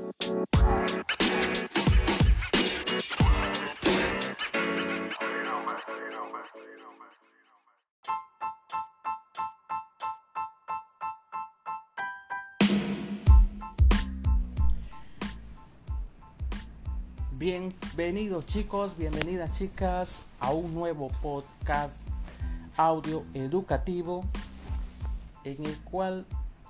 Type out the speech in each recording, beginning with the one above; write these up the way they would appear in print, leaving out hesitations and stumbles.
Bienvenidos chicos, bienvenidas chicas a un nuevo podcast audio educativo en el cual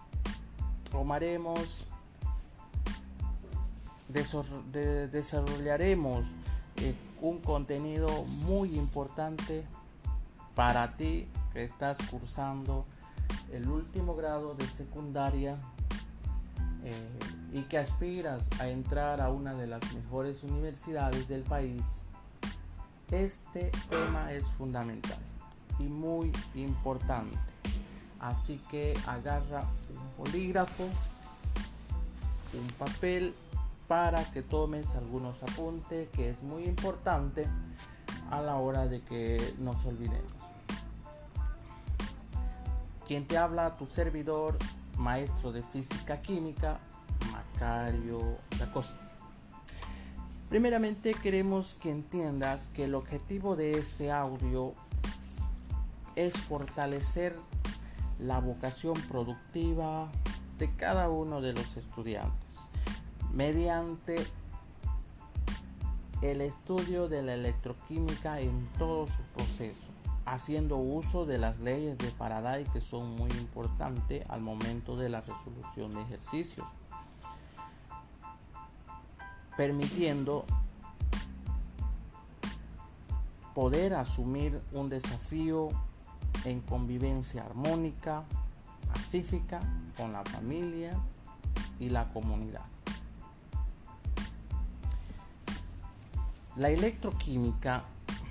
desarrollaremos un contenido muy importante para ti que estás cursando el último grado de secundaria y que aspiras a entrar a una de las mejores universidades del país. Este tema es fundamental y muy importante, así que agarra un bolígrafo, un papel para que tomes algunos apuntes, que es muy importante a la hora de que nos olvidemos. Quien te habla, tu servidor, maestro de física química, Macario Da Costa. Primeramente queremos que entiendas que el objetivo de este audio es fortalecer la vocación productiva de cada uno de los estudiantes mediante el estudio de la electroquímica en todo su proceso, haciendo uso de las leyes de Faraday, que son muy importantes al momento de la resolución de ejercicios, permitiendo poder asumir un desafío en convivencia armónica, pacífica con la familia y la comunidad. La electroquímica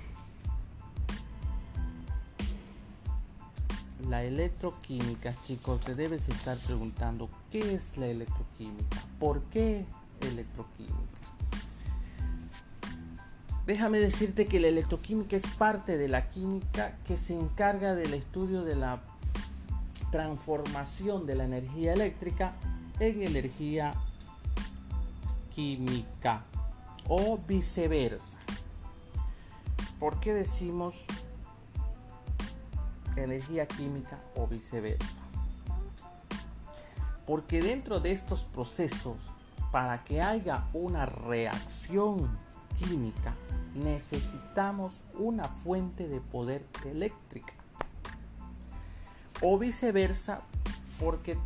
chicos, te debes estar preguntando ¿qué es la electroquímica? ¿Por qué electroquímica? Déjame decirte que la electroquímica es parte de la química que se encarga del estudio de la transformación de la energía eléctrica en energía química o viceversa. ¿Por qué decimos energía química o viceversa? Porque dentro de estos procesos, para que haya una reacción química, necesitamos una fuente de poder eléctrica o viceversa, porque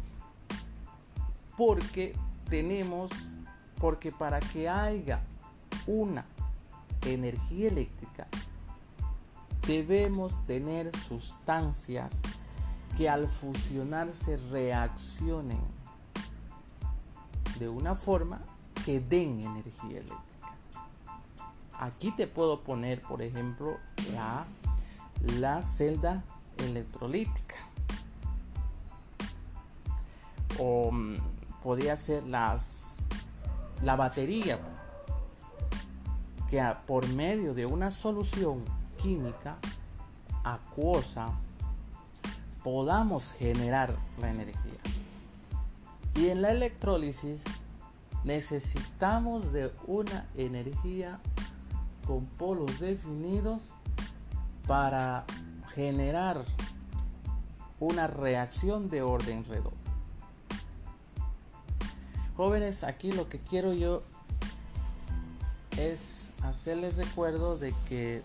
para que haya una energía eléctrica debemos tener sustancias que al fusionarse reaccionen de una forma que den energía eléctrica. Aquí te puedo poner, por ejemplo, la celda electrolítica, o podría ser la batería, que por medio de una solución química acuosa podamos generar la energía. Y en la electrólisis necesitamos de una energía con polos definidos para generar una reacción de orden redondo. Jóvenes, aquí lo que quiero yo es hacerles recuerdo de que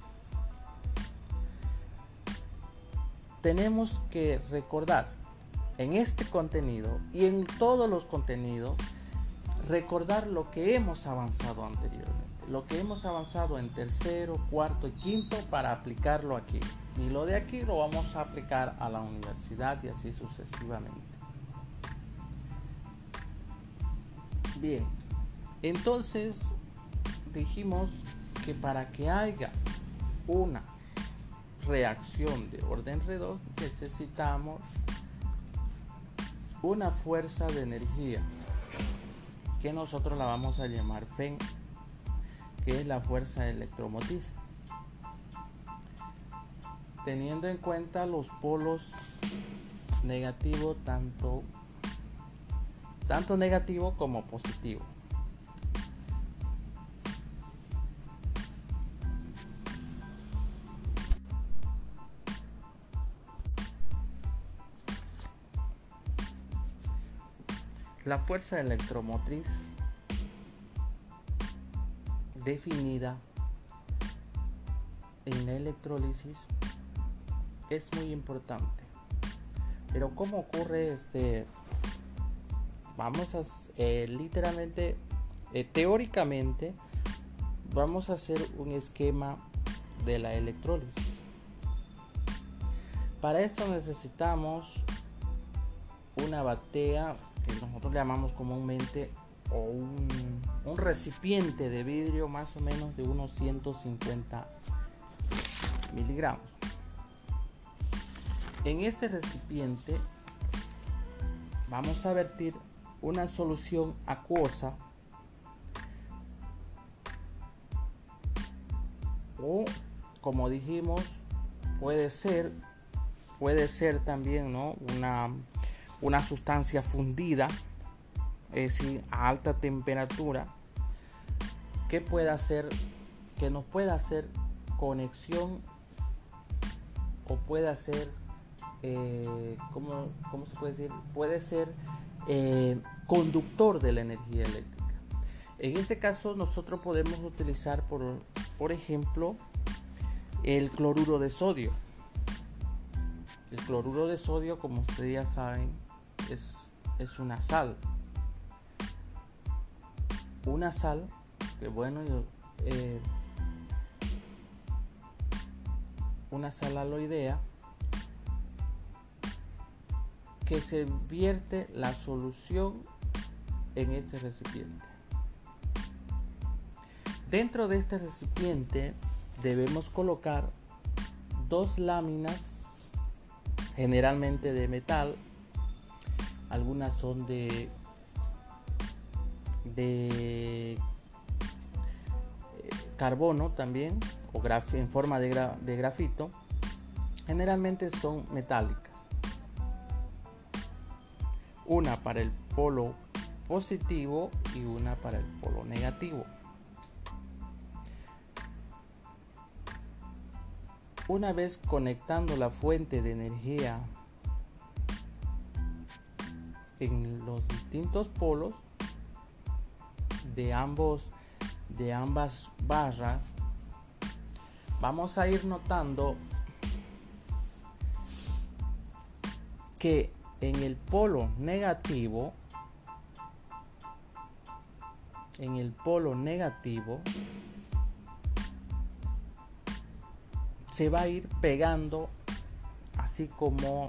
tenemos que recordar en este contenido y en todos los contenidos, recordar lo que hemos avanzado anteriormente, lo que hemos avanzado en tercero, cuarto y quinto, para aplicarlo aquí, y lo de aquí lo vamos a aplicar a la universidad y así sucesivamente. Bien, entonces dijimos que para que haya una reacción de orden redondo necesitamos una fuerza de energía que nosotros la vamos a llamar PEN, que es la fuerza electromotriz, teniendo en cuenta los polos negativos tanto tanto negativo como positivo. La fuerza electromotriz definida en la electrólisis es muy importante. Pero ¿cómo ocurre vamos a literalmente, teóricamente, vamos a hacer un esquema de la electrólisis. Para esto necesitamos una batea que nosotros le llamamos comúnmente o un recipiente de vidrio más o menos de unos 150 miligramos. En este recipiente vamos a vertir una solución acuosa o, como dijimos, puede ser también, ¿no?, una sustancia fundida, es decir, a alta temperatura, que nos pueda hacer conexión o puede hacer, ¿cómo se puede decir? Puede ser conductor de la energía eléctrica. En este caso nosotros podemos utilizar, por ejemplo, el cloruro de sodio. El cloruro de sodio, como ustedes ya saben, es una sal. Una sal que, bueno, una sal aloidea que se vierte la solución en este recipiente. Dentro de este recipiente debemos colocar dos láminas, generalmente de metal, algunas son de carbono también, o en forma de grafito, generalmente son metálicas. Una para el polo positivo y una para el polo negativo. Una vez conectando la fuente de energía en los distintos polos de ambas barras, vamos a ir notando que en el polo negativo se va a ir pegando, así como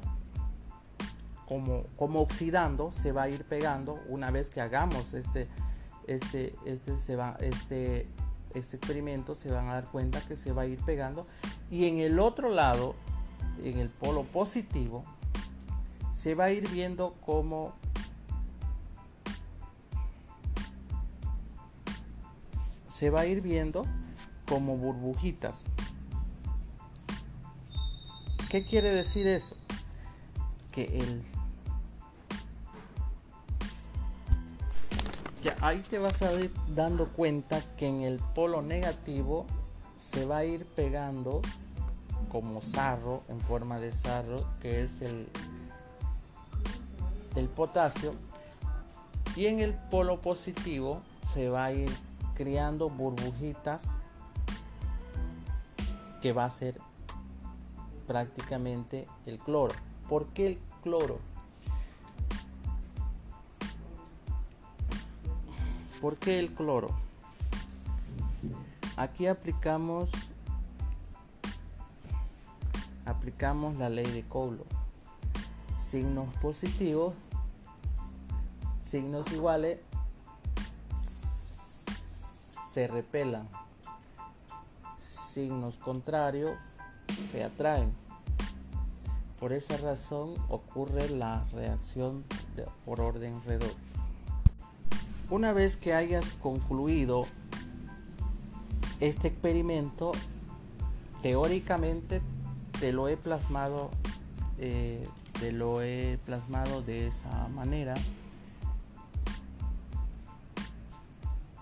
oxidando, se va a ir pegando. Una vez que hagamos este experimento, se van a dar cuenta que se va a ir pegando, y en el otro lado, en el polo positivo, se va a ir viendo como burbujitas. ¿Qué quiere decir eso? Que ahí te vas a ir dando cuenta que en el polo negativo se va a ir pegando como sarro, en forma de sarro, que es el potasio, y en el polo positivo se va a ir creando burbujitas, que va a ser prácticamente el cloro. ¿Por qué el cloro? ¿Por qué el cloro? Aquí aplicamos la ley de Coulomb. Signos positivos, signos iguales, se repelan. Signos contrarios se atraen. Por esa razón ocurre la reacción por orden redondo. Una vez que hayas concluido este experimento, teóricamente te lo he plasmado de esa manera,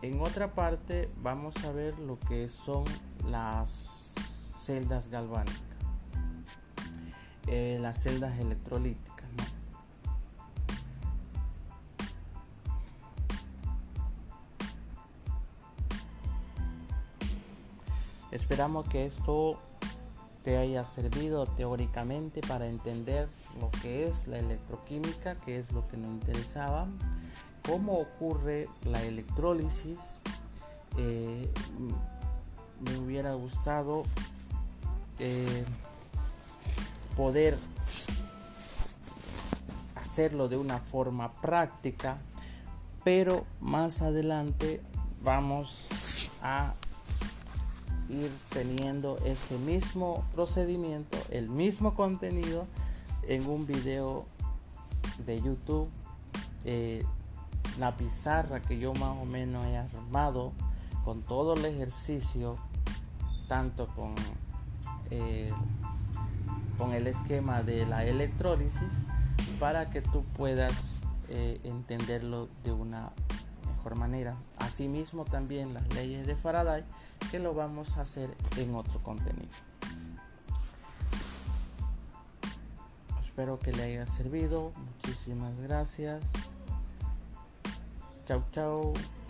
En otra parte vamos a ver lo que son las celdas galvánicas, las celdas electrolíticas, ¿no? Esperamos que esto te haya servido teóricamente para entender lo que es la electroquímica, que es lo que nos interesaba, cómo ocurre la electrólisis. Me hubiera gustado poder hacerlo de una forma práctica, pero más adelante vamos a ir teniendo este mismo procedimiento, el mismo contenido en un video de YouTube. La pizarra que yo más o menos he armado con todo el ejercicio, tanto con el esquema de la electrólisis, para que tú puedas entenderlo de una mejor manera. Asimismo también las leyes de Faraday, que lo vamos a hacer en otro contenido. Espero que le haya servido. Muchísimas gracias. Chau, chau.